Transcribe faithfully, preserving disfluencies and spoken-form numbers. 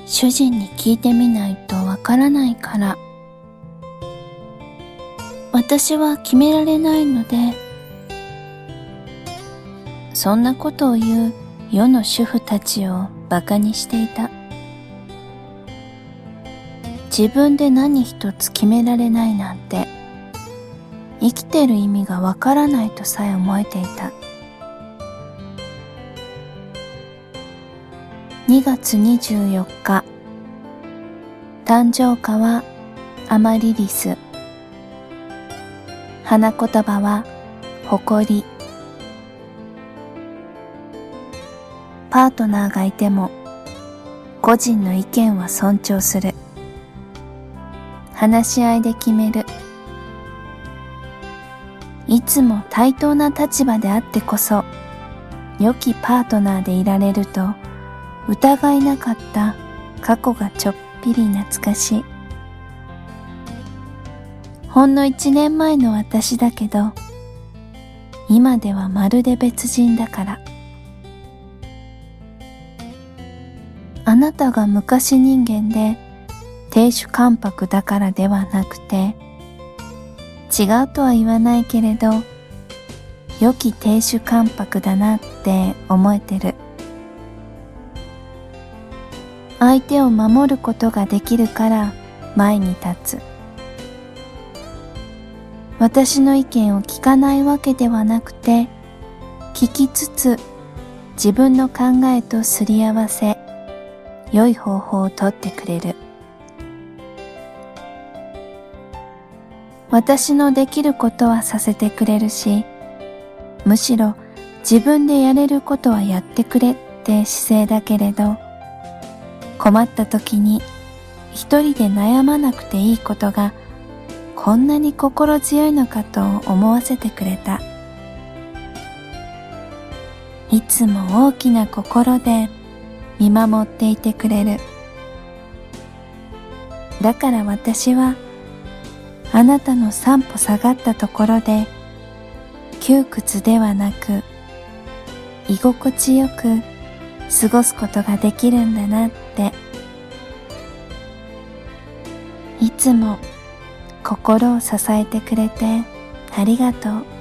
主人に聞いてみないとわからないから。私は決められないので。そんなことを言う世の主婦たちを馬鹿にしていた。自分で何一つ決められないなんて、生きてる意味がわからないとさえ思えていた。にがつにじゅうよっか、誕生花はアマリリス。花言葉は誇り。パートナーがいても個人の意見は尊重する。話し合いで決める。いつも対等な立場であってこそ良きパートナーでいられると疑いなかった過去がちょっぴり懐かしい。ほんの一年前の私だけど今ではまるで別人だから。あなたが昔人間で亭主関白だからではなくて、違うとは言わないけれど良き亭主関白だなって思えてる。相手を守ることができるから前に立つ。私の意見を聞かないわけではなくて、聞きつつ自分の考えとすり合わせ、良い方法をとってくれる。私のできることはさせてくれるし、むしろ自分でやれることはやってくれって姿勢だけれど、困った時に一人で悩まなくていいことがこんなに心強いのかと思わせてくれた。いつも大きな心で見守っていてくれる。だから私はあなたの三歩下がったところで窮屈ではなく居心地よく過ごすことができるんだなって。いつも心を支えてくれてありがとう。